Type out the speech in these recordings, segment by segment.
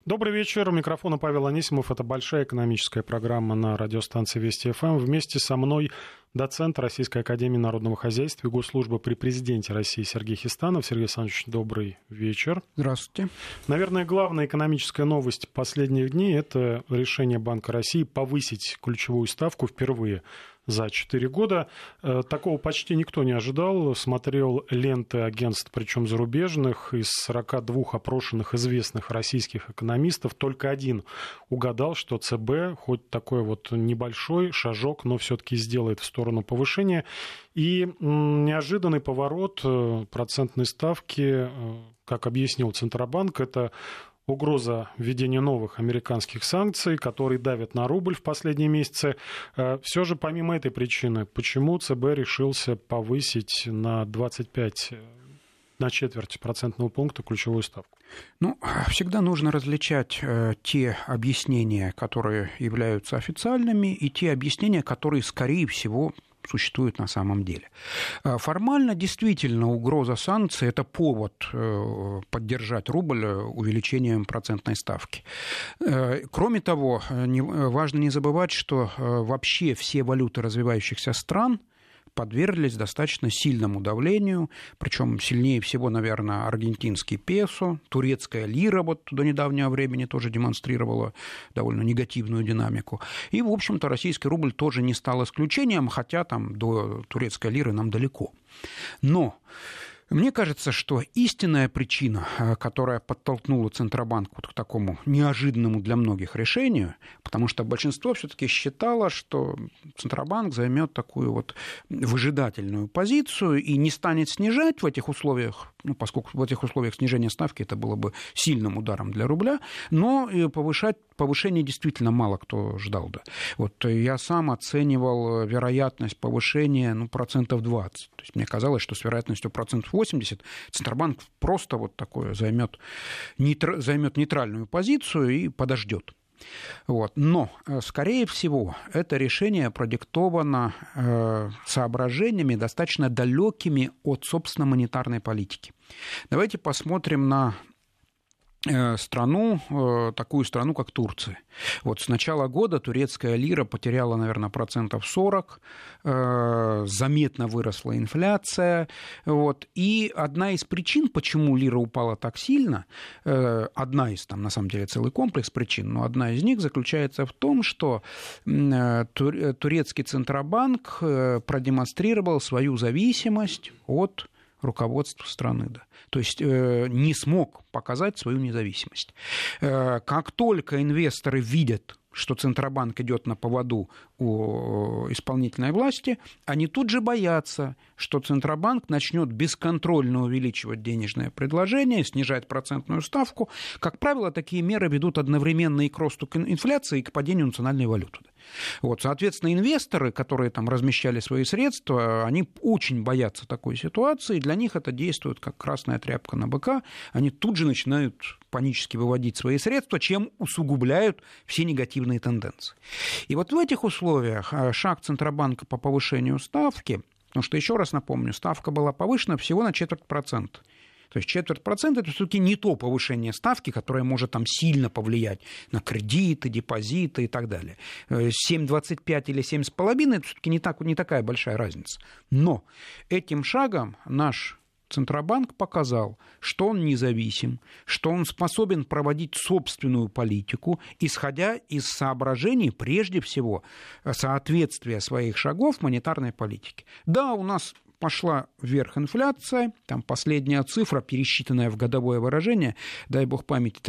Добрый вечер. У микрофона Павел Анисимов. Это большая экономическая программа на радиостанции Вести ФМ. Вместе со мной доцент Российской академии народного хозяйства и госслужбы при президенте России Сергей Хистанов. Сергей Александрович, добрый вечер. Здравствуйте. Наверное, главная экономическая новость последних дней – это решение Банка России повысить ключевую ставку впервые за 4 года. Такого почти никто не ожидал. Смотрел ленты агентств, причем зарубежных. Из 42 опрошенных известных российских экономистов только один угадал, что ЦБ хоть такой вот небольшой шажок, но все-таки сделает в сторону повышения. И неожиданный поворот процентной ставки, как объяснил Центробанк, это угроза введения новых американских санкций, которые давят на рубль в последние месяцы. Все же помимо этой причины, почему ЦБ решился повысить на 25, на четверть процентного пункта ключевую ставку? Всегда нужно различать те объяснения, которые являются официальными, и те объяснения, которые, скорее всего, существует на самом деле. Формально, действительно, угроза санкций – это повод поддержать рубль увеличением процентной ставки. Кроме того, важно не забывать, что вообще все валюты развивающихся стран подверглись достаточно сильному давлению, причем сильнее всего, наверное, аргентинский песо, турецкая лира вот до недавнего времени тоже демонстрировала довольно негативную динамику. И, в общем-то, российский рубль тоже не стал исключением, хотя там до турецкой лиры нам далеко. Но мне кажется, что истинная причина, которая подтолкнула Центробанк вот к такому неожиданному для многих решению, потому что большинство все-таки считало, что Центробанк займет такую вот выжидательную позицию и не станет снижать в этих условиях, поскольку в этих условиях снижения ставки это было бы сильным ударом для рубля, но повышение действительно мало кто ждал. Да. Вот я сам оценивал вероятность повышения 20%. То есть мне казалось, что с вероятностью 80% Центробанк просто вот такое займет нейтральную позицию и подождет. Вот. Но, скорее всего, это решение продиктовано соображениями, достаточно далекими от, собственно, монетарной политики. Давайте посмотрим на такую страну, как Турция. Вот с начала года турецкая лира потеряла, наверное, 40%, заметно выросла инфляция. Вот. И одна из причин, почему лира упала так сильно, одна из, там, на самом деле, целый комплекс причин, но одна из них заключается в том, что турецкий Центробанк продемонстрировал свою зависимость от руководства страны, да. То есть не смог показать свою независимость. Как только инвесторы видят, что Центробанк идет на поводу у исполнительной власти, они тут же боятся, что Центробанк начнет бесконтрольно увеличивать денежное предложение, снижать процентную ставку. Как правило, такие меры ведут одновременно и к росту инфляции, и к падению национальной валюты. Вот, соответственно, инвесторы, которые там размещали свои средства, они очень боятся такой ситуации, для них это действует как красная тряпка на быка, они тут же начинают панически выводить свои средства, чем усугубляют все негативные тенденции. И вот в этих условиях шаг Центробанка по повышению ставки, потому что, еще раз напомню, ставка была повышена всего на 0,25%. То есть 0,25% – это все-таки не то повышение ставки, которое может там сильно повлиять на кредиты, депозиты и так далее. 7,25 или 7,5 – это все-таки не такая большая разница. Но этим шагом наш Центробанк показал, что он независим, что он способен проводить собственную политику, исходя из соображений, прежде всего, соответствия своих шагов монетарной политике. Да, у нас пошла вверх инфляция, там последняя цифра, пересчитанная в годовое выражение, дай бог памяти,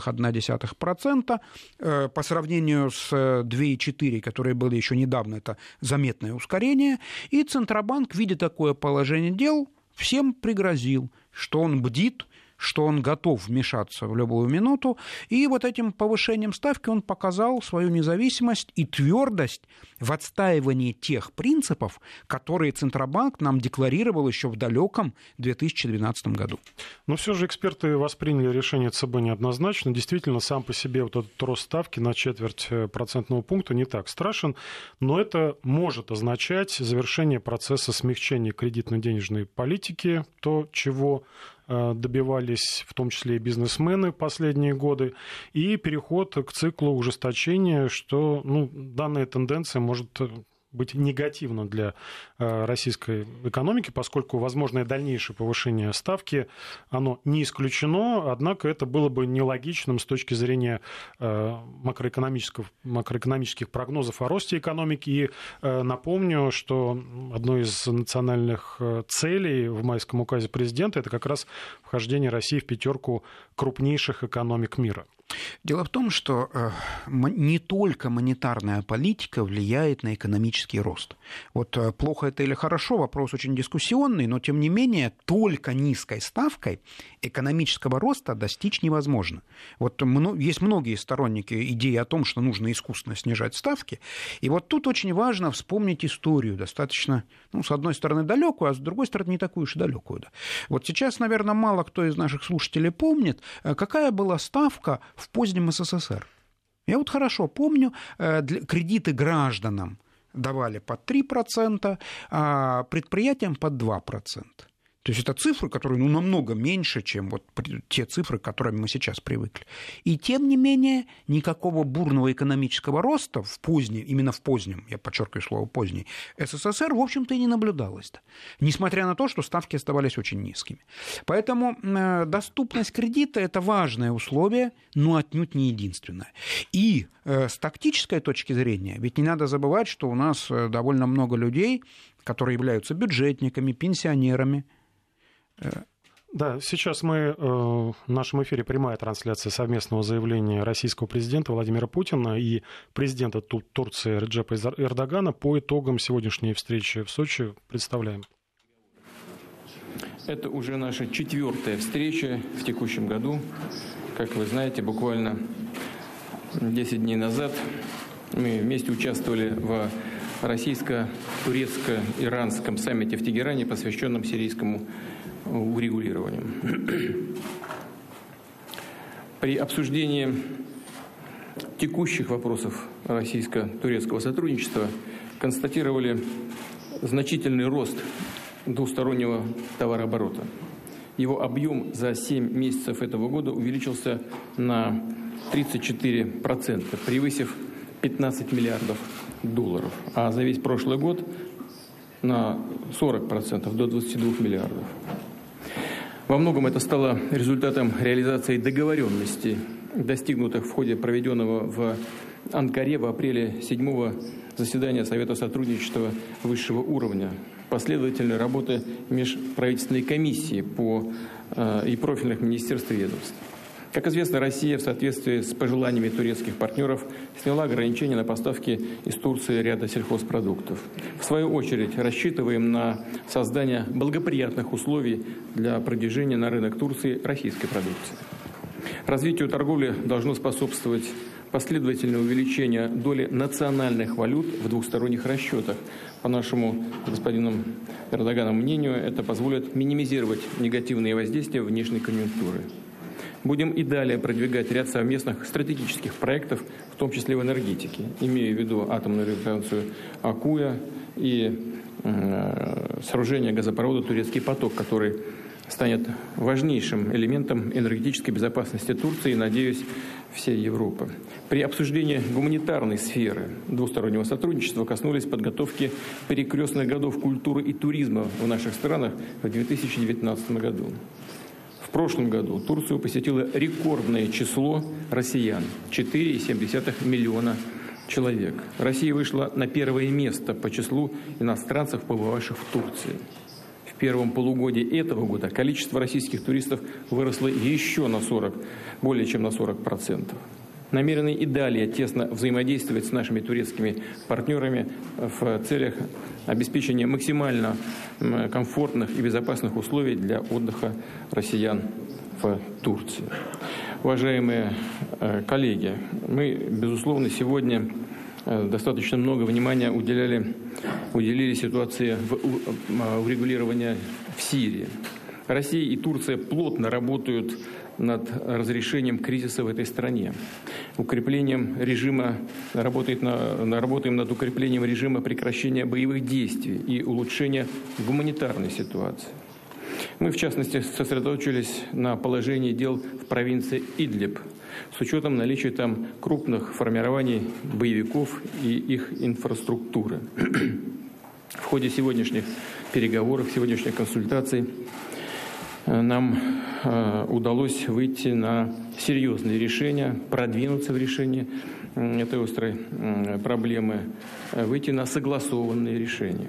3,1%, по сравнению с 2,4%, которые были еще недавно, это заметное ускорение, и Центробанк, видя такое положение дел, всем пригрозил, что он бдит, что он готов вмешаться в любую минуту, и вот этим повышением ставки он показал свою независимость и твердость в отстаивании тех принципов, которые Центробанк нам декларировал еще в далеком 2012 году. Но все же эксперты восприняли решение ЦБ неоднозначно. Действительно, сам по себе вот этот рост ставки на четверть процентного пункта не так страшен, но это может означать завершение процесса смягчения кредитно-денежной политики, то, чего добивались в том числе и бизнесмены в последние годы, и переход к циклу ужесточения, что данная тенденция может быть негативно для российской экономики, поскольку возможное дальнейшее повышение ставки, оно не исключено, однако это было бы нелогичным с точки зрения макроэкономических прогнозов о росте экономики. И напомню, что одной из национальных целей в майском указе президента это как раз вхождение России в пятерку крупнейших экономик мира. Дело в том, что не только монетарная политика влияет на экономический рост. Вот плохо это или хорошо, вопрос очень дискуссионный, но тем не менее только низкой ставкой экономического роста достичь невозможно. Вот есть многие сторонники идеи о том, что нужно искусственно снижать ставки, и вот тут очень важно вспомнить историю, достаточно, с одной стороны, далекую, а с другой стороны, не такую уж и далекую. Да. Вот сейчас, наверное, мало кто из наших слушателей помнит, какая была ставка в позднем СССР. Я вот хорошо помню, кредиты гражданам давали под 3%, а предприятиям под 2%. То есть это цифры, которые намного меньше, чем вот те цифры, к которым мы сейчас привыкли. И тем не менее никакого бурного экономического роста именно в позднем, я подчеркиваю слово поздний, СССР, в общем-то, и не наблюдалось-то. Несмотря на то, что ставки оставались очень низкими. Поэтому доступность кредита – это важное условие, но отнюдь не единственное. И с тактической точки зрения, ведь не надо забывать, что у нас довольно много людей, которые являются бюджетниками, пенсионерами. Да, сейчас в нашем эфире прямая трансляция совместного заявления российского президента Владимира Путина и президента Турции Реджепа Эрдогана по итогам сегодняшней встречи в Сочи. Представляем. Это уже наша 4-я встреча в текущем году. Как вы знаете, буквально 10 дней назад мы вместе участвовали в российско-турецко-иранском саммите в Тегеране, посвященном сирийскому урегулированию. При обсуждении текущих вопросов российско-турецкого сотрудничества констатировали значительный рост двустороннего товарооборота. Его объем за 7 месяцев этого года увеличился на 34%, превысив 15 миллиардов долларов, а за весь прошлый год на 40%, до 22 миллиардов. Во многом это стало результатом реализации договоренностей, достигнутых в ходе проведенного в Анкаре в апреле 7-го заседания Совета сотрудничества высшего уровня, последовательной работы межправительственной комиссии и профильных министерств и ведомств. Как известно, Россия в соответствии с пожеланиями турецких партнеров сняла ограничения на поставки из Турции ряда сельхозпродуктов. В свою очередь, рассчитываем на создание благоприятных условий для продвижения на рынок Турции российской продукции. Развитию торговли должно способствовать последовательное увеличение доли национальных валют в двухсторонних расчетах. По нашему господину Эрдогану мнению, это позволит минимизировать негативные воздействия внешней конъюнктуры. Будем и далее продвигать ряд совместных стратегических проектов, в том числе в энергетике, имея в виду атомную электростанцию Акуя и сооружение газопровода «Турецкий поток», который станет важнейшим элементом энергетической безопасности Турции и, надеюсь, всей Европы. При обсуждении гуманитарной сферы двустороннего сотрудничества коснулись подготовки перекрестных годов культуры и туризма в наших странах в 2019 году. В прошлом году Турцию посетило рекордное число россиян – 4,7 миллиона человек. Россия вышла на первое место по числу иностранцев, побывавших в Турции. В первом полугодии этого года количество российских туристов выросло еще на более чем на 40%. Намерены и далее тесно взаимодействовать с нашими турецкими партнерами в целях обеспечения максимально комфортных и безопасных условий для отдыха россиян в Турции. Уважаемые коллеги, мы, безусловно, сегодня достаточно много внимания уделили ситуации урегулирования в Сирии. Россия и Турция плотно работают над разрешением кризиса в этой стране. Работаем над укреплением режима прекращения боевых действий и улучшения гуманитарной ситуации. Мы, в частности, сосредоточились на положении дел в провинции Идлиб, с учетом наличия там крупных формирований боевиков и их инфраструктуры. В ходе сегодняшних переговоров, сегодняшних консультаций нам удалось выйти на серьезные решения, продвинуться в решении этой острой проблемы, выйти на согласованные решения.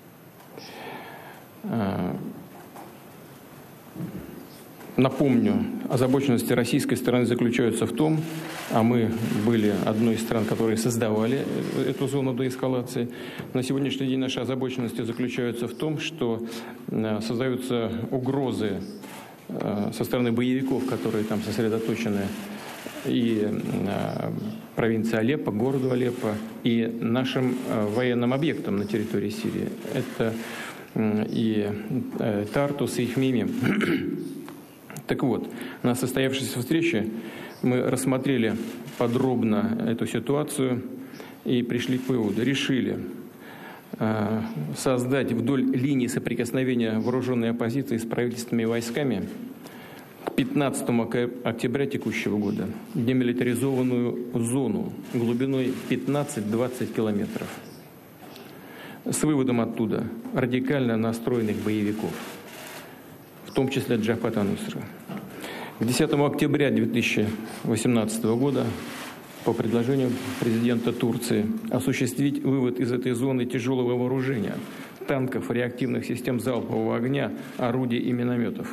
Напомню, озабоченности российской стороны заключаются в том, а мы были одной из стран, которые создавали эту зону деэскалации, на сегодняшний день наши озабоченности заключаются в том, что создаются угрозы со стороны боевиков, которые там сосредоточены, и провинции Алеппо, городу Алеппо, и нашим военным объектам на территории Сирии. Это и Тартус, и Хмеймим. Так вот, на состоявшейся встрече мы рассмотрели подробно эту ситуацию и пришли к выводу, решили создать вдоль линии соприкосновения вооруженной оппозиции с правительственными войсками к 15 октября текущего года демилитаризованную зону глубиной 15-20 километров с выводом оттуда радикально настроенных боевиков, в том числе Джабхат ан-Нусра. К 10 октября 2018 года по предложению президента Турции осуществить вывод из этой зоны тяжелого вооружения, танков, реактивных систем залпового огня, орудий и минометов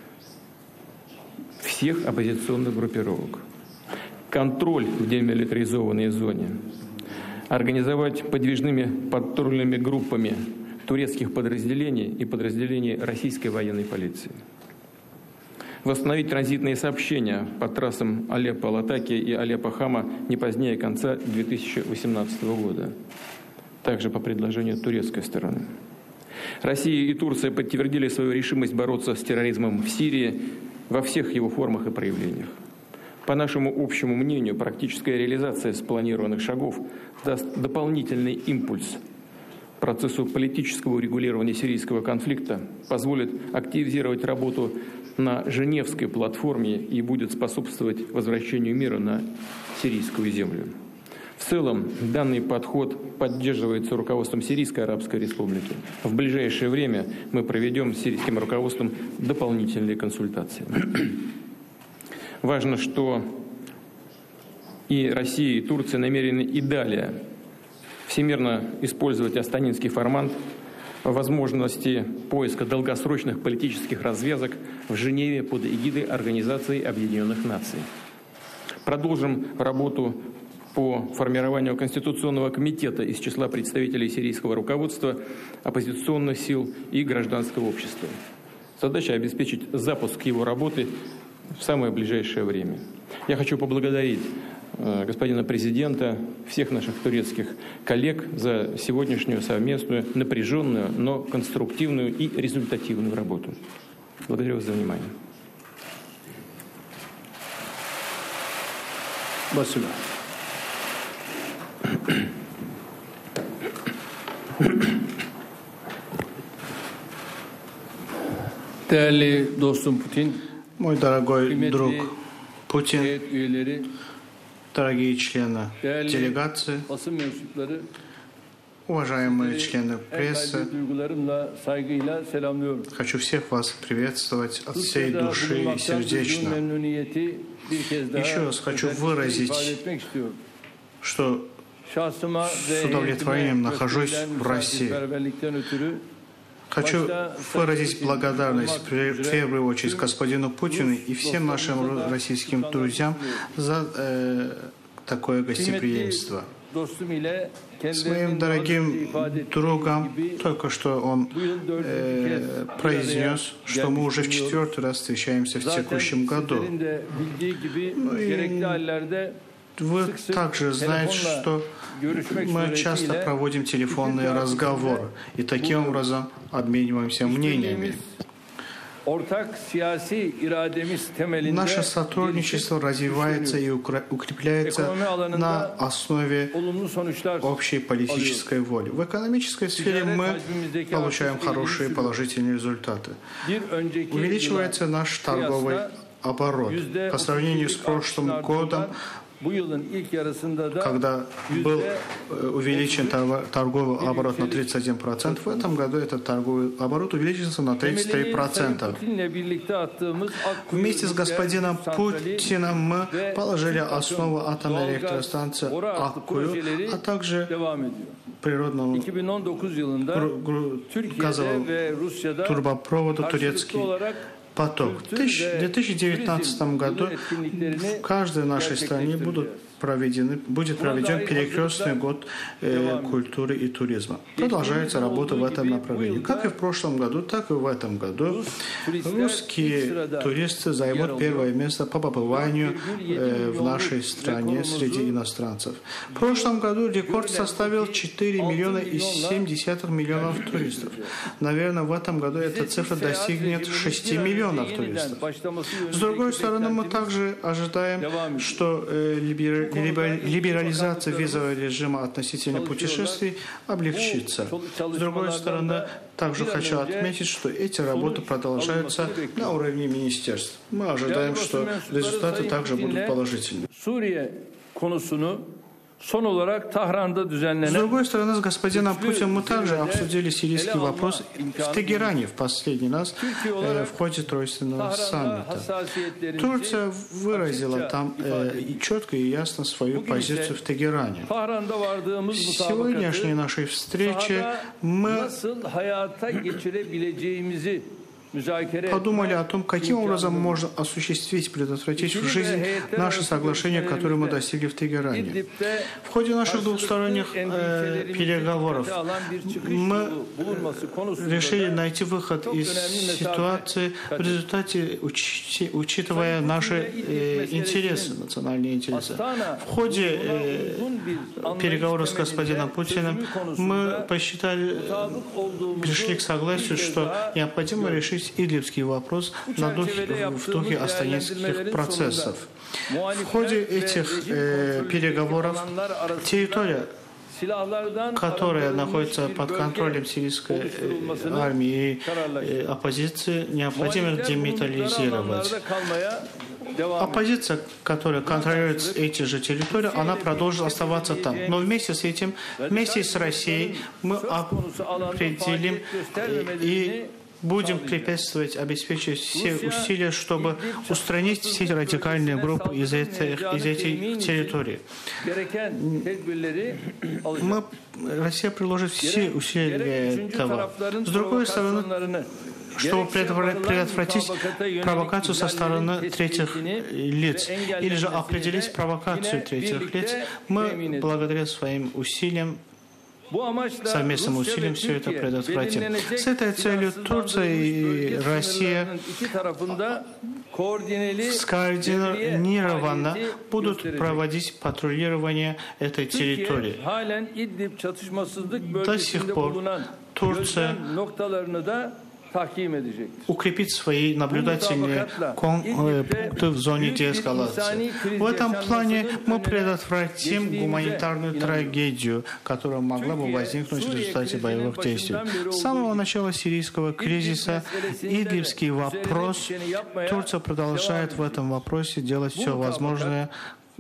всех оппозиционных группировок. Контроль в демилитаризованной зоне организовать подвижными патрульными группами турецких подразделений и подразделений российской военной полиции. Восстановить транзитные сообщения по трассам Алеппо-Латакия и Алеппо-Хама не позднее конца 2018 года, также по предложению турецкой стороны. Россия и Турция подтвердили свою решимость бороться с терроризмом в Сирии во всех его формах и проявлениях. По нашему общему мнению, практическая реализация спланированных шагов даст дополнительный импульс процессу политического урегулирования сирийского конфликта, позволит активизировать работу на Женевской платформе и будет способствовать возвращению мира на сирийскую землю. В целом, данный подход поддерживается руководством Сирийской Арабской Республики. В ближайшее время мы проведем с сирийским руководством дополнительные консультации. Важно, что и Россия, и Турция намерены и далее всемирно использовать астанинский формат возможности поиска долгосрочных политических развязок в Женеве под эгидой Организации Объединенных Наций. Продолжим работу по формированию Конституционного комитета из числа представителей сирийского руководства, оппозиционных сил и гражданского общества. Задача – обеспечить запуск его работы в самое ближайшее время. Я хочу поблагодарить господина президента, всех наших турецких коллег за сегодняшнюю совместную, напряженную, но конструктивную и результативную работу. Благодарю вас за внимание. Спасибо. Değerli dostum Putin, мой дорогой друг Путин, дорогие члены делегации, уважаемые члены прессы, хочу всех вас приветствовать от всей души и сердечно. Еще раз хочу выразить, что с удовлетворением нахожусь в России. Хочу выразить благодарность в первую очередь господину Путину и всем нашим российским друзьям за такое гостеприимство. С моим дорогим другом только что он произнес, что мы уже в 4-й раз встречаемся в текущем году. Ну и вы также знаете, что мы часто проводим телефонные разговоры и таким образом обмениваемся мнениями. Наше сотрудничество развивается и укрепляется на основе общей политической воли. В экономической сфере мы получаем хорошие положительные результаты. Увеличивается наш торговый оборот. По сравнению с прошлым годом, когда был увеличен торговый оборот на 31%, в этом году этот торговый оборот увеличился на 33%. Вместе с господином Путиным мы положили основу атомной электростанции Аккую, а также природного газового трубопровода «Турецкий поток». В 2019 году в каждой нашей стране будет проведен перекрестный год культуры и туризма. Продолжается работа в этом направлении. Как и в прошлом году, так и в этом году русские туристы займут первое место по побыванию в нашей стране среди иностранцев. В прошлом году рекорд составил 4 миллиона и 7 миллионов туристов. Наверное, в этом году эта цифра достигнет 6 миллионов туристов. С другой стороны, мы также ожидаем, что либерализация визового режима относительно путешествий облегчится. С другой стороны, также хочу отметить, что эти работы продолжаются на уровне министерств. Мы ожидаем, что результаты также будут положительными. С другой стороны, с господином Путиным мы также обсудили сирийский вопрос в Тегеране в последний раз в ходе тройственного саммита. Турция выразила там четко и ясно свою позицию в Тегеране. В сегодняшней нашей встрече мы подумали о том, каким образом можно осуществить, предотвратить в жизнь наше соглашение, которое мы достигли в Тегеране. В ходе наших двухсторонних переговоров мы решили найти выход из ситуации в результате, учитывая наши интересы, национальные интересы. В ходе переговоров с господином Путиным мы пришли к согласию, что необходимо решить идлибский вопрос в духе астанинских процессов. В ходе этих переговоров территория, которая находится под контролем сирийской армии и оппозиции, необходимо демилитаризировать. Оппозиция, которая контролирует эти же территории, она продолжит оставаться там. Но вместе с этим, вместе с Россией, мы определим и будем препятствовать, обеспечивать все усилия, чтобы устранить все радикальные группы из этой территории. Россия приложит все усилия для этого. С другой стороны, чтобы предотвратить провокацию со стороны третьих лиц или же определить провокацию третьих лиц, мы благодаря своим усилиям, совместным усилием все это предотвратим. С этой целью Турция и Россия скоординированно будут проводить патрулирование этой территории. До сих пор Турция укрепить свои наблюдательные пункты в зоне деэскалации. В этом плане мы предотвратим гуманитарную трагедию, которая могла бы возникнуть в результате боевых действий. С самого начала сирийского кризиса идлибский вопрос, Турция продолжает в этом вопросе делать все возможное.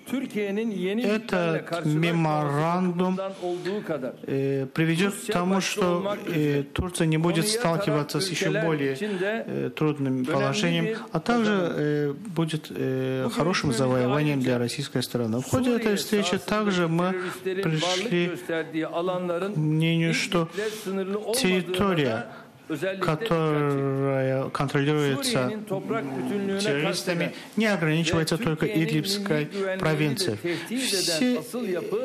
Этот меморандум приведет к тому, что Турция не будет сталкиваться с еще более трудным положением, а также будет хорошим завоеванием для российской стороны. В ходе этой встречи также мы пришли к мнению, что территория, которая контролируется террористами, не ограничивается только Идлибской провинцией.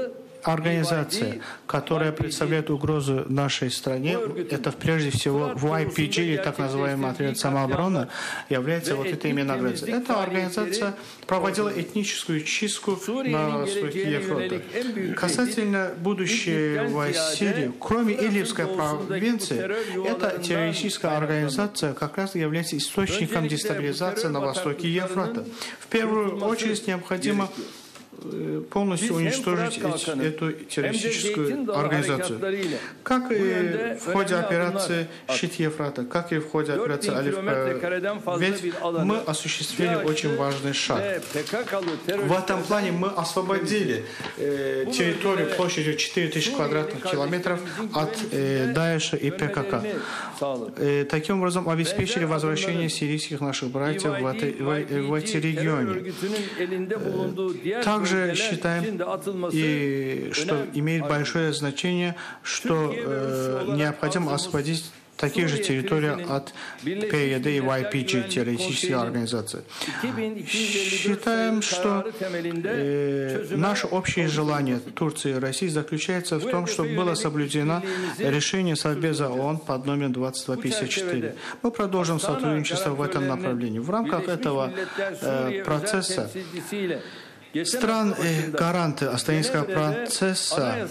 организации, которые представляют угрозу нашей стране, это прежде всего YPG, или так называемый отряд самообороны, является вот этой именно организацией. Эта организация проводила этническую чистку на востоке Евфрата. Касательно будущего Сирии, кроме Идлибской провинции, эта террористическая организация как раз является источником дестабилизации на востоке Евфрата. В первую очередь необходимо полностью уничтожить эту террористическую организацию. Как и в ходе операции «Щит Евфрата», как и в ходе операции «Алиф Ведь» мы осуществили очень важный шаг. В этом плане мы освободили территорию площадью 4000 квадратных километров от Даиша и ПКК. Таким образом обеспечили возвращение сирийских наших братьев в эти регионы. Также считаем, что имеет большое значение, что необходимо освободить такие же территории от ПЕД и YPG, террористические организации. Считаем, что наше общее желание Турции и России заключается в том, чтобы было соблюдено решение Совбеза ООН под номером 2254. Мы продолжим сотрудничество в этом направлении. В рамках этого процесса стран-гаранты Астанинского процесса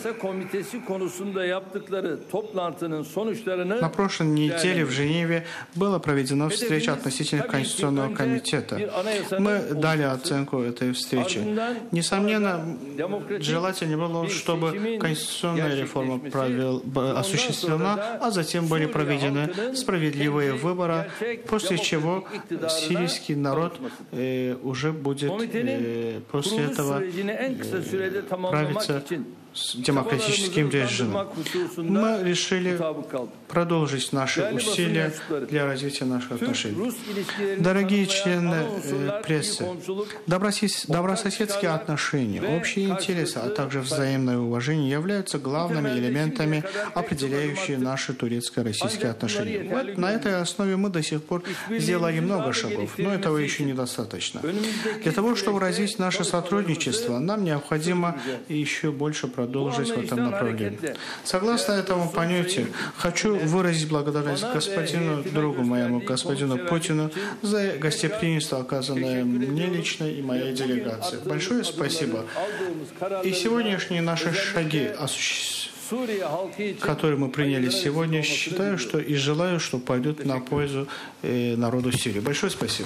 на прошлой неделе в Женеве была проведена встреча относительно Конституционного комитета. Мы дали оценку этой встречи. Несомненно, желательно было, чтобы конституционная реформа осуществлена, а затем были проведены справедливые выборы, после чего сирийский народ уже будет после этого правиться с демократическим режимом. Мы решили продолжить наши усилия для развития наших отношений. Дорогие члены прессы, добрососедские отношения, общие интересы, а также взаимное уважение являются главными элементами, определяющими наши турецко-российские отношения. На этой основе мы до сих пор сделали много шагов, но этого еще недостаточно. Для того, чтобы развить наше сотрудничество, нам необходимо еще больше продолжить в этом направлении. Согласно этому понятию, хочу выразить благодарность господину другу моему, господину Путину, за гостеприимство, оказанное мне лично и моей делегации. Большое спасибо. И сегодняшние наши шаги, которые мы приняли сегодня, считаю, что и желаю, что пойдут на пользу народу Сирии. Большое спасибо.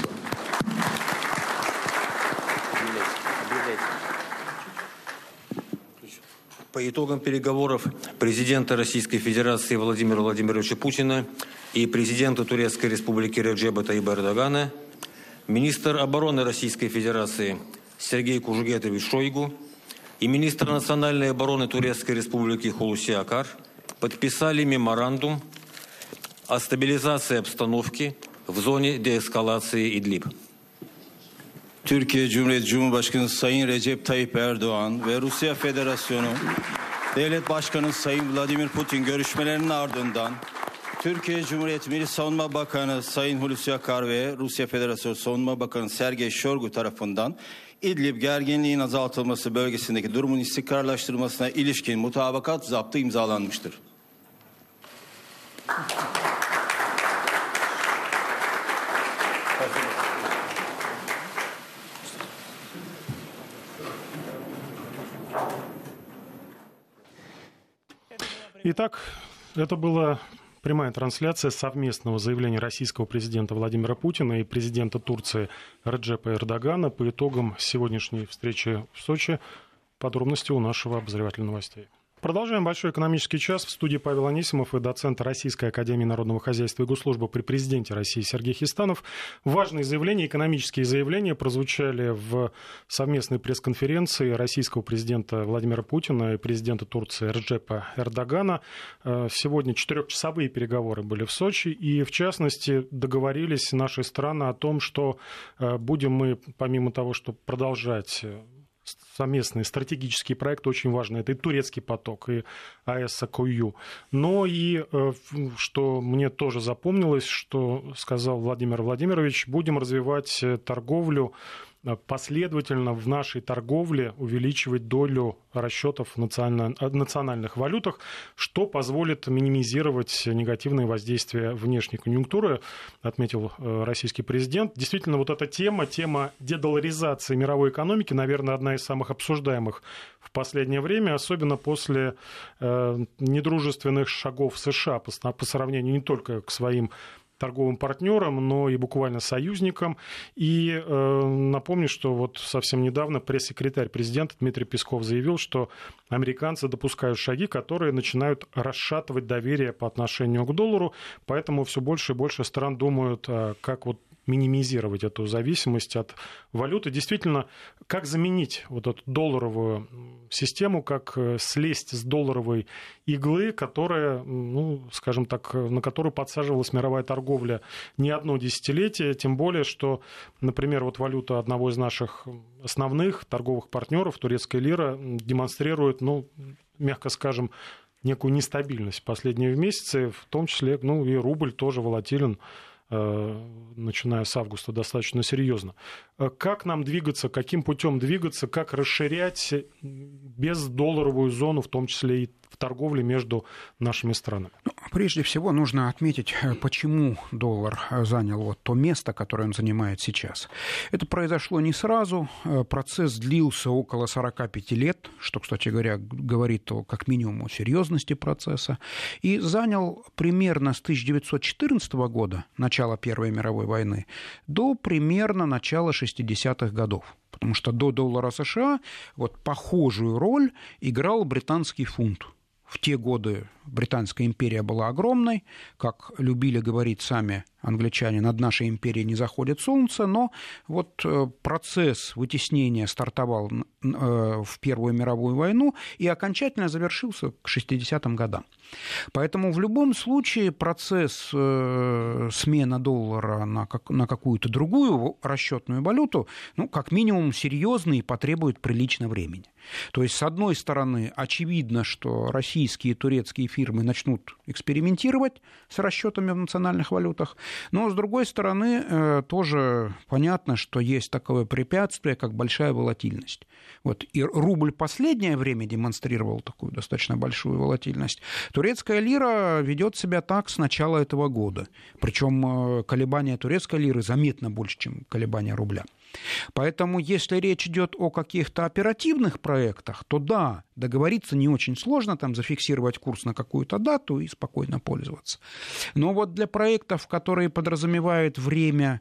По итогам переговоров президента Российской Федерации Владимира Владимировича Путина и президента Турецкой Республики Реджепа Тайипа Эрдогана, министр обороны Российской Федерации Сергей Кужугетович Шойгу и министр национальной обороны Турецкой Республики Хулуси Акар подписали меморандум о стабилизации обстановки в зоне деэскалации Идлиб. Türkiye Cumhuriyeti Cumhurbaşkanı Sayın Recep Tayyip Erdoğan ve Rusya Federasyonu Devlet Başkanı Sayın Vladimir Putin görüşmelerinin ardından Türkiye Cumhuriyeti Milli Savunma Bakanı Sayın Hulusi Akar ve Rusya Federasyonu Savunma Bakanı Sergey Shoigu tarafından İdlib gerginliğin azaltılması bölgesindeki durumun istikrarlaştırılmasına ilişkin mutabakat zaptı imzalanmıştır. Итак, это была прямая трансляция совместного заявления российского президента Владимира Путина и президента Турции Реджепа Эрдогана по итогам сегодняшней встречи в Сочи. Подробности у нашего обозревателя новостей. Продолжаем большой экономический час. В студии Павел Анисимов и доцент Российской академии народного хозяйства и госслужбы при президенте России Сергей Хистанов. Важные заявления, экономические заявления прозвучали в совместной пресс-конференции российского президента Владимира Путина и президента Турции Реджепа Эрдогана. Сегодня 4-часовые переговоры были в Сочи, и, в частности, договорились наши страны о том, что будем мы, помимо того, чтобы продолжать совместные стратегические проекты, очень важны. Это и турецкий поток, и АЭС Акую. Но и, что мне тоже запомнилось, что сказал Владимир Владимирович, будем развивать торговлю последовательно в нашей торговле увеличивать долю расчетов в национальных валютах, что позволит минимизировать негативные воздействия внешней конъюнктуры, отметил российский президент. Действительно, вот эта тема дедоларизации мировой экономики, наверное, одна из самых обсуждаемых в последнее время, особенно после недружественных шагов США по сравнению не только к своим торговым партнерам, но и буквально союзникам. И напомню, что вот совсем недавно пресс-секретарь президента Дмитрий Песков заявил, что американцы допускают шаги, которые начинают расшатывать доверие по отношению к доллару, поэтому все больше и больше стран думают, как вот минимизировать эту зависимость от валюты. Действительно, как заменить вот эту долларовую систему, как слезть с долларовой иглы, которая, ну, скажем так, на которую подсаживалась мировая торговля не одно десятилетие, тем более, что, например, вот валюта одного из наших основных торговых партнеров, турецкая лира, демонстрирует, ну, мягко скажем, некую нестабильность в последние месяцы, в том числе, ну, и рубль тоже волатилен, начиная с августа, достаточно серьезно. Как нам двигаться, каким путем двигаться, как расширять бездолларовую зону, в том числе и в торговле между нашими странами? Прежде всего нужно отметить, почему доллар занял вот то место, которое он занимает сейчас. Это произошло не сразу. Процесс длился около 45 лет, что, кстати говоря, говорит как минимум о серьезности процесса. И занял примерно с 1914 года, начала Первой мировой войны, до примерно начала 60-х годов. Потому что до доллара США вот похожую роль играл британский фунт. В те годы Британская империя была огромной, как любили говорить сами англичане, над нашей империей не заходит солнце, но вот процесс вытеснения стартовал в Первую мировую войну и окончательно завершился к 60-м годам. Поэтому в любом случае процесс смены доллара на какую-то другую расчетную валюту, ну, как минимум, серьезный и потребует прилично времени. То есть, с одной стороны, очевидно, что российские и турецкие фирмы начнут экспериментировать с расчетами в национальных валютах, но, с другой стороны, тоже понятно, что есть такое препятствие, как большая волатильность. Вот. И рубль последнее время демонстрировал такую достаточно большую волатильность. Турецкая лира ведет себя так с начала этого года. Причем колебания турецкой лиры заметно больше, чем колебания рубля. Поэтому, если речь идет о каких-то оперативных проектах, то да, договориться не очень сложно, там зафиксировать курс на какую-то дату и спокойно пользоваться. Но вот для проектов, которые подразумевают время,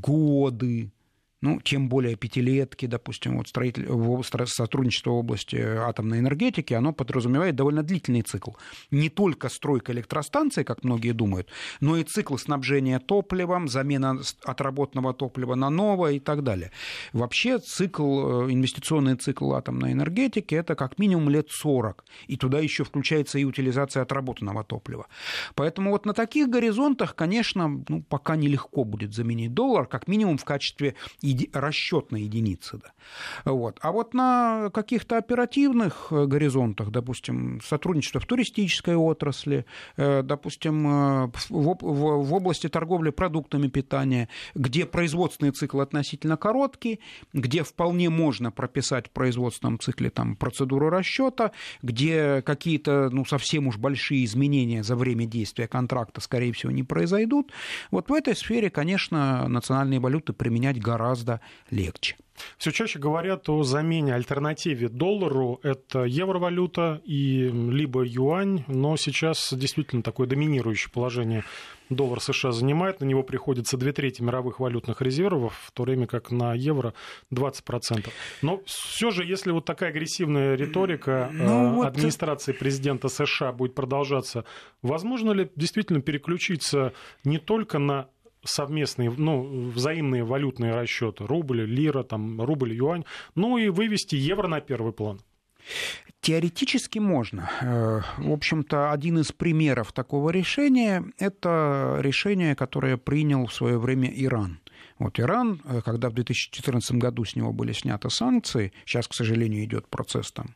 годы, ну, тем более пятилетки, допустим, вот сотрудничество в области атомной энергетики, оно подразумевает довольно длительный цикл. Не только стройка электростанций, как многие думают, но и цикл снабжения топливом, замена отработанного топлива на новое и так далее. Вообще инвестиционный цикл атомной энергетики – это как минимум лет 40, и туда еще включается и утилизация отработанного топлива. Поэтому вот на таких горизонтах, конечно, пока нелегко будет заменить доллар, как минимум в качестве расчетной единицы. Да. Вот. А вот на каких-то оперативных горизонтах, допустим, сотрудничество в туристической отрасли, допустим, в области торговли продуктами питания, где производственный цикл относительно короткий, где вполне можно прописать в производственном цикле там, процедуру расчета, где какие-то совсем уж большие изменения за время действия контракта, скорее всего, не произойдут. Вот в этой сфере, конечно, национальные валюты применять гораздо легче. Все чаще говорят о замене, альтернативе доллару. Это евровалюта и либо юань, но сейчас действительно такое доминирующее положение доллар США занимает. На него приходится 2/3 мировых валютных резервов, в то время как на евро 20%. Но все же, если вот такая агрессивная риторика администрации президента США будет продолжаться, возможно ли действительно переключиться не только на совместные, взаимные валютные расчеты, рубль, лира, рубль, юань, и вывести евро на первый план? Теоретически можно. В общем-то, один из примеров такого решения – это решение, которое принял в свое время Иран. Вот Иран, когда в 2014 году с него были сняты санкции, сейчас, к сожалению, идет процесс там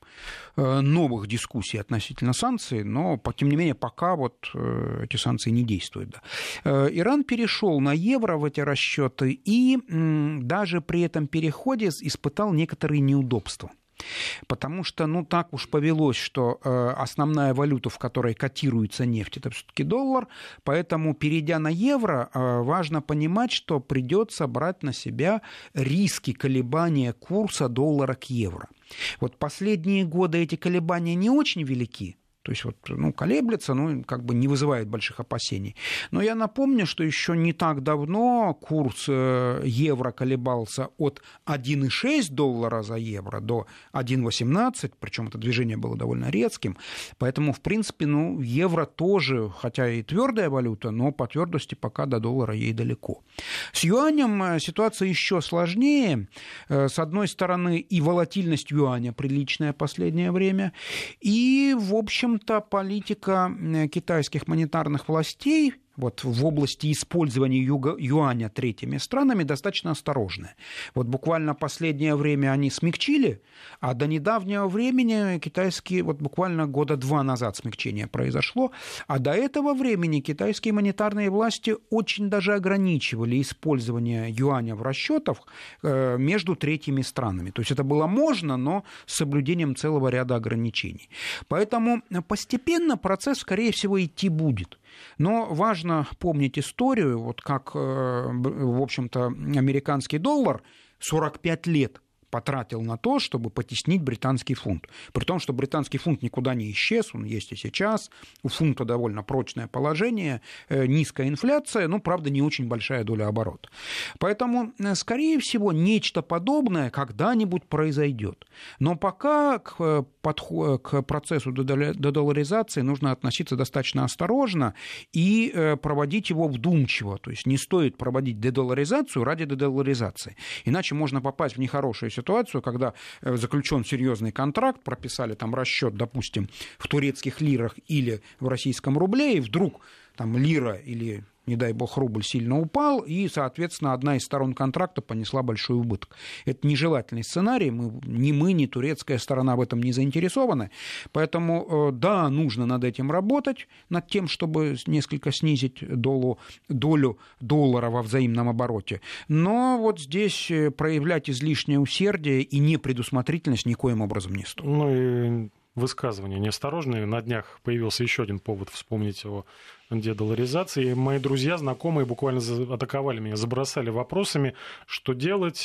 новых дискуссий относительно санкций, но, тем не менее, пока вот эти санкции не действуют. Да. Иран перешел на евро в эти расчеты и даже при этом переходе испытал некоторые неудобства. Потому что, так уж повелось, что основная валюта, в которой котируется нефть, это все-таки доллар, поэтому, перейдя на евро, важно понимать, что придется брать на себя риски колебания курса доллара к евро. Вот последние годы эти колебания не очень велики. То есть колеблется, не вызывает больших опасений. Но я напомню, что еще не так давно курс евро колебался от 1,6 доллара за евро до 1,18, причем это движение было довольно резким. Поэтому, в принципе, евро тоже, хотя и твердая валюта, но по твердости пока до доллара ей далеко. С юанем ситуация еще сложнее. С одной стороны, и волатильность юаня приличная в последнее время, и, в общем, политика китайских монетарных властей в области использования юаня третьими странами достаточно осторожная. Буквально последнее время они смягчили, а до недавнего времени китайские, буквально года 2 назад смягчение произошло, а до этого времени китайские монетарные власти очень даже ограничивали использование юаня в расчетах между третьими странами. То есть это было можно, но с соблюдением целого ряда ограничений. Поэтому постепенно процесс, скорее всего, идти будет. Но важно помнить историю, как, в общем-то, американский доллар 45 лет потратил на то, чтобы потеснить британский фунт. При том, что британский фунт никуда не исчез, он есть и сейчас. У фунта довольно прочное положение, низкая инфляция, правда, не очень большая доля оборота. Поэтому, скорее всего, нечто подобное когда-нибудь произойдет. Но пока к процессу дедоларизации нужно относиться достаточно осторожно и проводить его вдумчиво. То есть не стоит проводить дедоларизацию ради дедоларизации. Иначе можно попасть в нехорошую ситуацию, когда заключен серьезный контракт, прописали там расчет, допустим, в турецких лирах или в российском рубле, и вдруг там лира или, не дай бог, рубль сильно упал, и, соответственно, одна из сторон контракта понесла большой убыток. Это нежелательный сценарий, ни мы, ни турецкая сторона в этом не заинтересованы, поэтому, да, нужно над этим работать, над тем, чтобы несколько снизить долю доллара во взаимном обороте, но здесь проявлять излишнее усердие и непредусмотрительность никоим образом не стоит. Высказывания неосторожные. На днях появился еще один повод вспомнить о дедоларизации. Мои друзья, знакомые буквально атаковали меня, забросали вопросами, что делать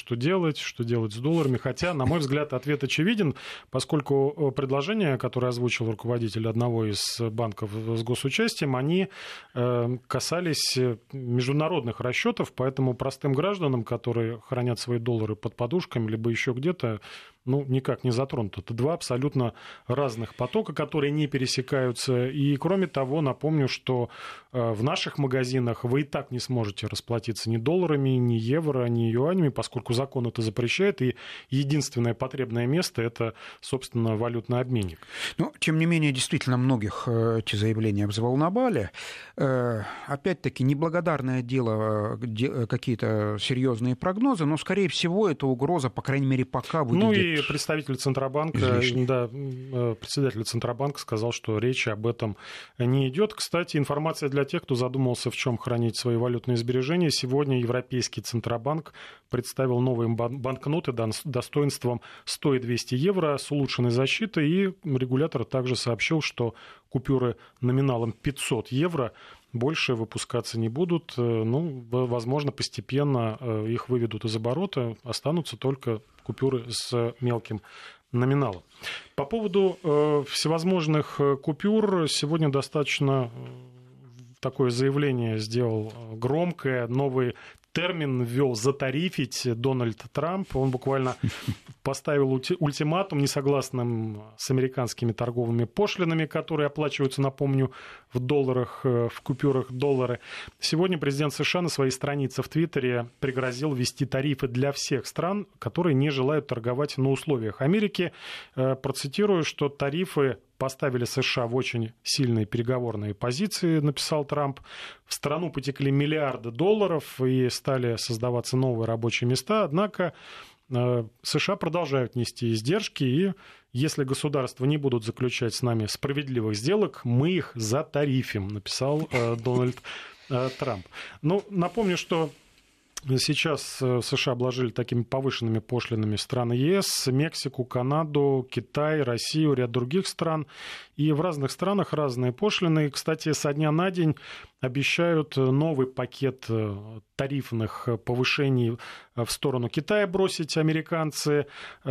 с долларами. Хотя, на мой взгляд, ответ очевиден, поскольку предложения, которые озвучил руководитель одного из банков с госучастием, они касались международных расчетов, поэтому простым гражданам, которые хранят свои доллары под подушками, либо еще где-то, никак не затронут. Это два абсолютно разных потока, которые не пересекаются. И, кроме того, напомню, что в наших магазинах вы и так не сможете расплатиться ни долларами, ни евро, ни юанями, поскольку закон это запрещает, и единственное потребное место – это, собственно, валютный обменник. Но, тем не менее, действительно, многих эти заявления взволновали. Опять-таки, неблагодарное дело какие-то серьезные прогнозы, но, скорее всего, эта угроза, по крайней мере, пока выглядит... И представитель Центробанка, председатель Центробанка сказал, что речи об этом не идет. Кстати, информация для тех, кто задумался, в чем хранить свои валютные сбережения. Сегодня Европейский Центробанк представил новые банкноты достоинством 100 и 200 евро с улучшенной защитой. И регулятор также сообщил, что купюры номиналом 500 евро больше выпускаться не будут. Возможно, постепенно их выведут из оборота. Останутся только купюры с мелким номиналом. По поводу всевозможных купюр сегодня достаточно такое заявление сделал громкое. Новый термин ввел «затарифить» Дональд Трамп. Он буквально поставил ультиматум несогласным с американскими торговыми пошлинами, которые оплачиваются, напомню, в долларах, в купюрах доллары. Сегодня президент США на своей странице в Твиттере пригрозил ввести тарифы для всех стран, которые не желают торговать на условиях Америки. Процитирую, что тарифы поставили США в очень сильные переговорные позиции, написал Трамп. В страну потекли миллиарды долларов и стали создаваться новые рабочие места. Однако США продолжают нести издержки, и если государства не будут заключать с нами справедливых сделок, мы их затарифим, написал Дональд Трамп. Ну, напомню, что сейчас США обложили такими повышенными пошлинами страны ЕС, Мексику, Канаду, Китай, Россию, ряд других стран. И в разных странах разные пошлины. Кстати, со дня на день обещают новый пакет тарифных повышений в сторону Китая бросить американцы.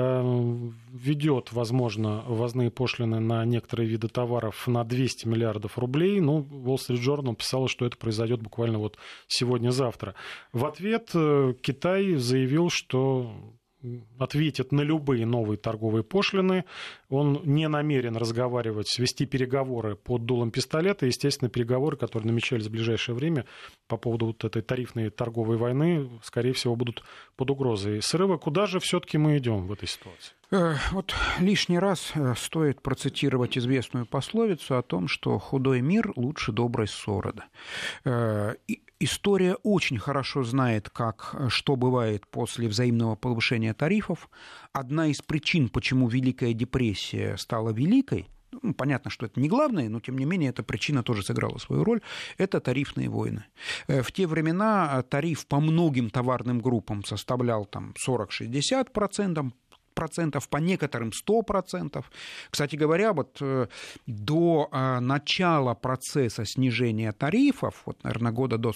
Введет, возможно, ввозные пошлины на некоторые виды товаров на 200 миллиардов рублей. Ну, Wall Street Journal писала, что это произойдет буквально вот сегодня-завтра. В ответ Китай заявил, что ответит на любые новые торговые пошлины. Он не намерен разговаривать, вести переговоры под дулом пистолета. Естественно, переговоры, которые намечались в ближайшее время по поводу вот этой тарифной торговой войны, скорее всего, будут под угрозой срыва. Куда же все-таки мы идем в этой ситуации? Вот лишний раз стоит процитировать известную пословицу о том, что худой мир лучше доброй ссоры. История очень хорошо знает, что бывает после взаимного повышения тарифов. Одна из причин, почему Великая депрессия стала великой, понятно, что это не главное, но тем не менее эта причина тоже сыграла свою роль, это тарифные войны. В те времена тариф по многим товарным группам составлял там 40-60%, по некоторым 100%. Кстати говоря, вот до начала процесса снижения тарифов, вот, наверное, года до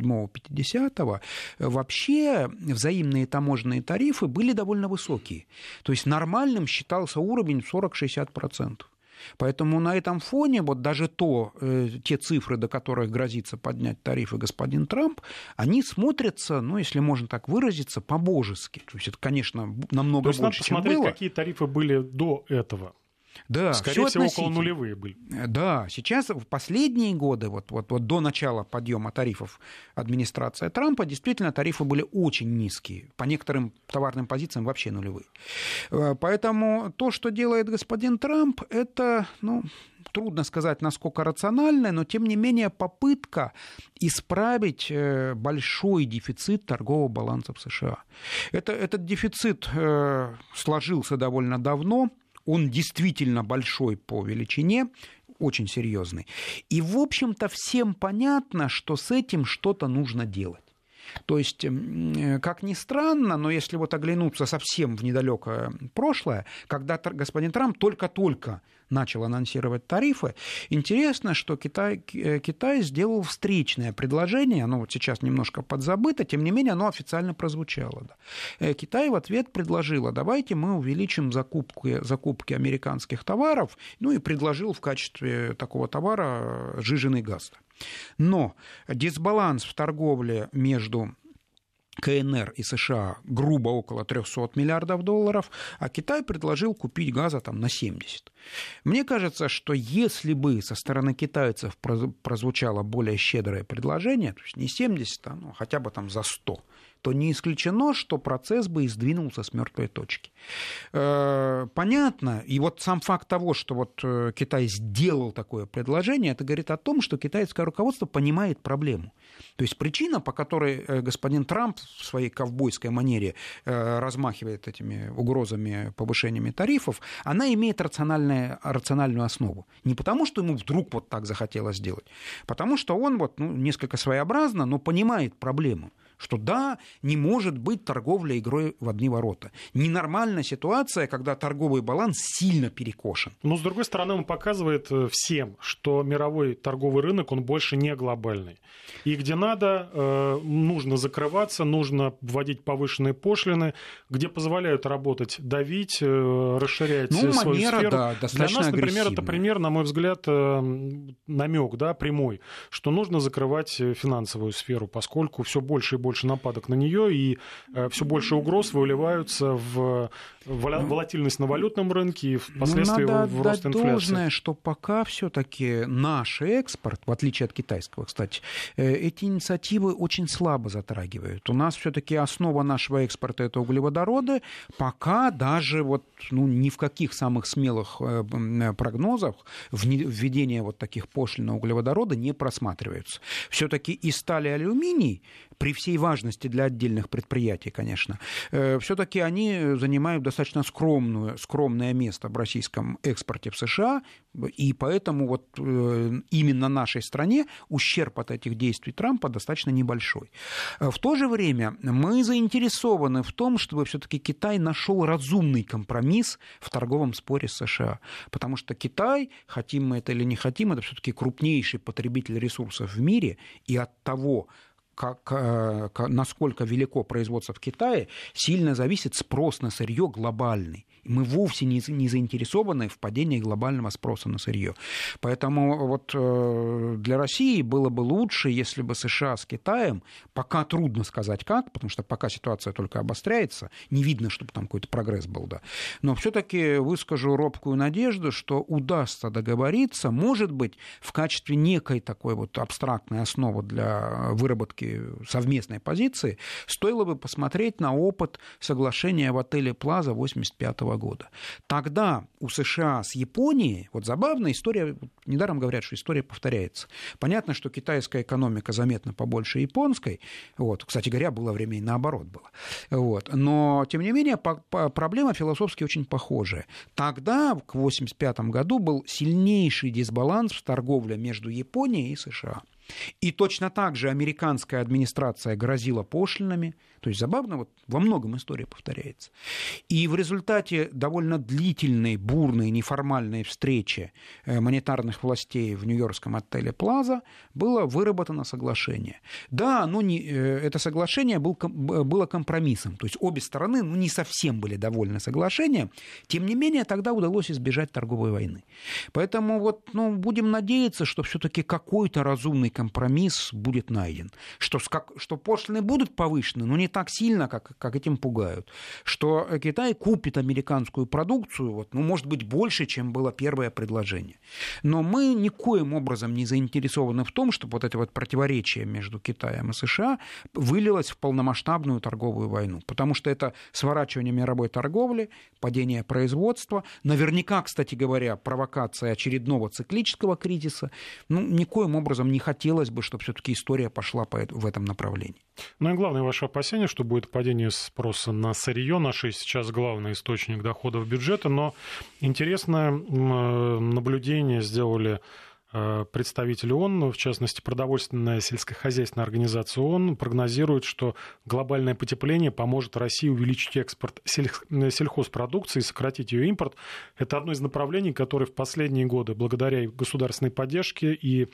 47-50, вообще взаимные таможенные тарифы были довольно высокие. То есть нормальным считался уровень 40-60%. Поэтому на этом фоне вот даже те цифры, до которых грозится поднять тарифы господин Трамп, они смотрятся, ну, если можно так выразиться, по-божески. То есть это, конечно, намного больше, чем было. То есть надо посмотреть, какие тарифы были до этого. Да, скорее всего, около нулевые были. Да, сейчас в последние годы, вот до начала подъема тарифов администрации Трампа, действительно тарифы были очень низкие, по некоторым товарным позициям вообще нулевые. Поэтому то, что делает господин Трамп, это, трудно сказать, насколько рационально, но тем не менее попытка исправить большой дефицит торгового баланса в США. Этот дефицит сложился довольно давно. Он действительно большой по величине, очень серьезный. И, в общем-то, всем понятно, что с этим что-то нужно делать. То есть, как ни странно, но если вот оглянуться совсем в недалекое прошлое, когда господин Трамп только-только начал анонсировать тарифы, интересно, что Китай сделал встречное предложение, оно вот сейчас немножко подзабыто, тем не менее оно официально прозвучало. Да. Китай в ответ предложил: давайте мы увеличим закупки американских товаров, и предложил в качестве такого товара сжиженный газ. Но дисбаланс в торговле между КНР и США грубо около 300 миллиардов долларов, а Китай предложил купить газа там на 70. Мне кажется, что если бы со стороны китайцев прозвучало более щедрое предложение, то есть не 70, а хотя бы там за 100, то не исключено, что процесс бы и сдвинулся с мертвой точки. Понятно, и вот сам факт того, что вот Китай сделал такое предложение, это говорит о том, что китайское руководство понимает проблему. То есть причина, по которой господин Трамп в своей ковбойской манере размахивает этими угрозами повышениями тарифов, она имеет рациональную основу. Не потому, что ему вдруг вот так захотелось сделать, потому что он несколько своеобразно, но понимает проблему. Что да, не может быть торговля игрой в одни ворота. Ненормальная ситуация, когда торговый баланс сильно перекошен. Но, с другой стороны, он показывает всем, что мировой торговый рынок, он больше не глобальный. И где надо, нужно закрываться, нужно вводить повышенные пошлины, где позволяют работать, давить, расширять свою сферу. Да, достаточно для нас, например, агрессивная. это пример, на мой взгляд, намек, прямой, что нужно закрывать финансовую сферу, поскольку все больше и больше больше нападок на нее, и все больше угроз выливаются в волатильность на валютном рынке и впоследствии в рост инфляции. Должное, что пока все-таки наш экспорт, в отличие от китайского, кстати, эти инициативы очень слабо затрагивают. У нас все-таки основа нашего экспорта — это углеводороды. Пока даже ни в каких самых смелых прогнозах введение таких пошлин на углеводороды не просматриваются. Все-таки и сталь, и алюминий, при всей важности для отдельных предприятий, конечно, все-таки они занимают достаточно скромное место в российском экспорте в США, и поэтому именно нашей стране ущерб от этих действий Трампа достаточно небольшой. В то же время мы заинтересованы в том, чтобы все-таки Китай нашел разумный компромисс в торговом споре с США, потому что Китай, хотим мы это или не хотим, это все-таки крупнейший потребитель ресурсов в мире, и от того, насколько велико производство в Китае, сильно зависит спрос на сырье глобальный. Мы вовсе не заинтересованы в падении глобального спроса на сырье. Поэтому для России было бы лучше, если бы США с Китаем, пока трудно сказать как, потому что пока ситуация только обостряется, не видно, чтобы там какой-то прогресс был, да. Но все-таки выскажу робкую надежду, что удастся договориться, может быть, в качестве некой такой абстрактной основы для выработки совместной позиции, стоило бы посмотреть на опыт соглашения в отеле Плаза 1985 года. Тогда у США с Японией, забавная история, недаром говорят, что история повторяется. Понятно, что китайская экономика заметно побольше японской, кстати говоря, было время и наоборот было. Но, тем не менее, проблема философски очень похожая. Тогда, к 1985 году, был сильнейший дисбаланс в торговле между Японией и США. И точно так же американская администрация грозила пошлинами. То есть забавно, во многом история повторяется. И в результате довольно длительной, бурной, неформальной встречи монетарных властей в нью-йоркском отеле Плаза было выработано соглашение. Да, это соглашение было компромиссом. То есть обе стороны не совсем были довольны соглашением. Тем не менее, тогда удалось избежать торговой войны. Поэтому будем надеяться, что все-таки какой-то разумный компромисс будет найден. Что пошлины будут повышены, но не так сильно, как этим пугают. Что Китай купит американскую продукцию, может быть, больше, чем было первое предложение. Но мы никоим образом не заинтересованы в том, чтобы это противоречие между Китаем и США вылилось в полномасштабную торговую войну. Потому что это сворачивание мировой торговли, падение производства, наверняка, кстати говоря, провокация очередного циклического кризиса. Никоим образом не хотелось бы, чтобы все-таки история пошла в этом направлении. И главное ваше опасение, что будет падение спроса на сырье, наш сейчас главный источник доходов бюджета, но интересное наблюдение сделали представители ООН, в частности, продовольственная сельскохозяйственная организация ООН, прогнозирует, что глобальное потепление поможет России увеличить экспорт сельхозпродукции и сократить ее импорт. Это одно из направлений, которое в последние годы, благодаря государственной поддержке и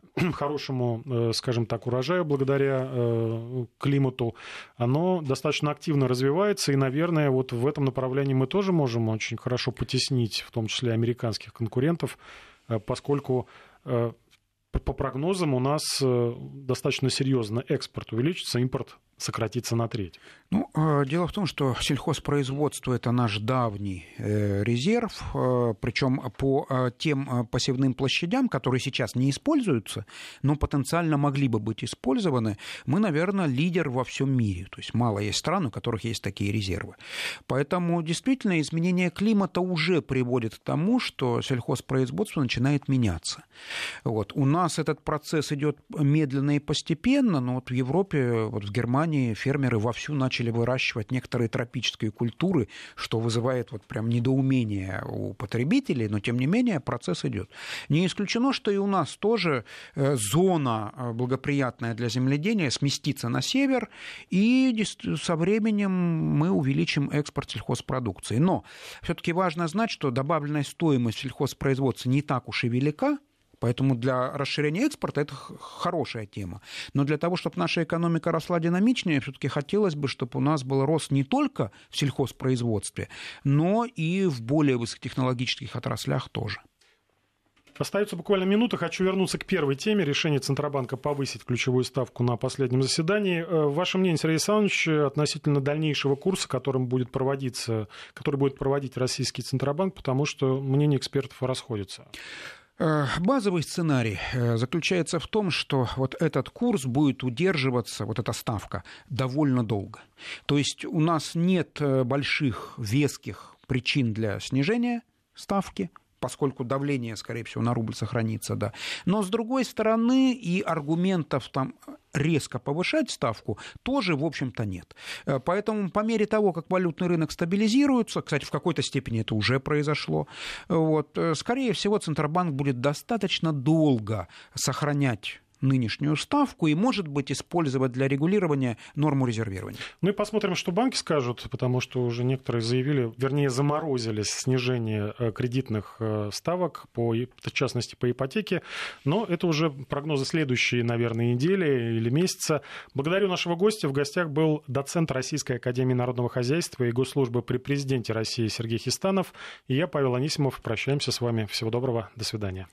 хорошему, скажем так, урожаю, благодаря климату, оно достаточно активно развивается. И, наверное, в этом направлении мы тоже можем очень хорошо потеснить, в том числе американских конкурентов, поскольку по прогнозам у нас достаточно серьезно экспорт увеличится, импорт сократится на треть. Дело в том, что сельхозпроизводство – это наш давний резерв, причем по тем посевным площадям, которые сейчас не используются, но потенциально могли бы быть использованы, мы, наверное, лидер во всем мире. То есть мало есть стран, у которых есть такие резервы. Поэтому действительно изменение климата уже приводит к тому, что сельхозпроизводство начинает меняться. У нас этот процесс идет медленно и постепенно, но в Европе, в Германии, фермеры вовсю начали выращивать некоторые тропические культуры, что вызывает прям недоумение у потребителей, но тем не менее процесс идет. Не исключено, что и у нас тоже зона, благоприятная для земледения, сместится на север, и со временем мы увеличим экспорт сельхозпродукции. Но все-таки важно знать, что добавленная стоимость сельхозпроизводства не так уж и велика. Поэтому для расширения экспорта это хорошая тема. Но для того, чтобы наша экономика росла динамичнее, все-таки хотелось бы, чтобы у нас был рост не только в сельхозпроизводстве, но и в более высокотехнологических отраслях тоже. Остается буквально минута. Хочу вернуться к первой теме. Решение Центробанка повысить ключевую ставку на последнем заседании. Ваше мнение, Сергей Александрович, относительно дальнейшего курса, который будет проводить российский Центробанк, потому что мнения экспертов расходятся. Базовый сценарий заключается в том, что вот этот курс будет удерживаться, вот эта ставка, довольно долго. То есть у нас нет больших веских причин для снижения ставки, поскольку давление, скорее всего, на рубль сохранится, да. Но, с другой стороны, и аргументов там резко повышать ставку тоже, в общем-то, нет. Поэтому по мере того, как валютный рынок стабилизируется, кстати, в какой-то степени это уже произошло, вот, скорее всего, Центробанк будет достаточно долго сохранять нынешнюю ставку и, может быть, использовать для регулирования норму резервирования. Ну и посмотрим, что банки скажут, потому что уже некоторые заявили, вернее, заморозили снижение кредитных ставок, в частности, по ипотеке. Но это уже прогнозы следующей, наверное, недели или месяца. Благодарю нашего гостя. В гостях был доцент Российской академии народного хозяйства и госслужбы при президенте России Сергей Хистанов. И я, Павел Анисимов. Прощаемся с вами. Всего доброго. До свидания.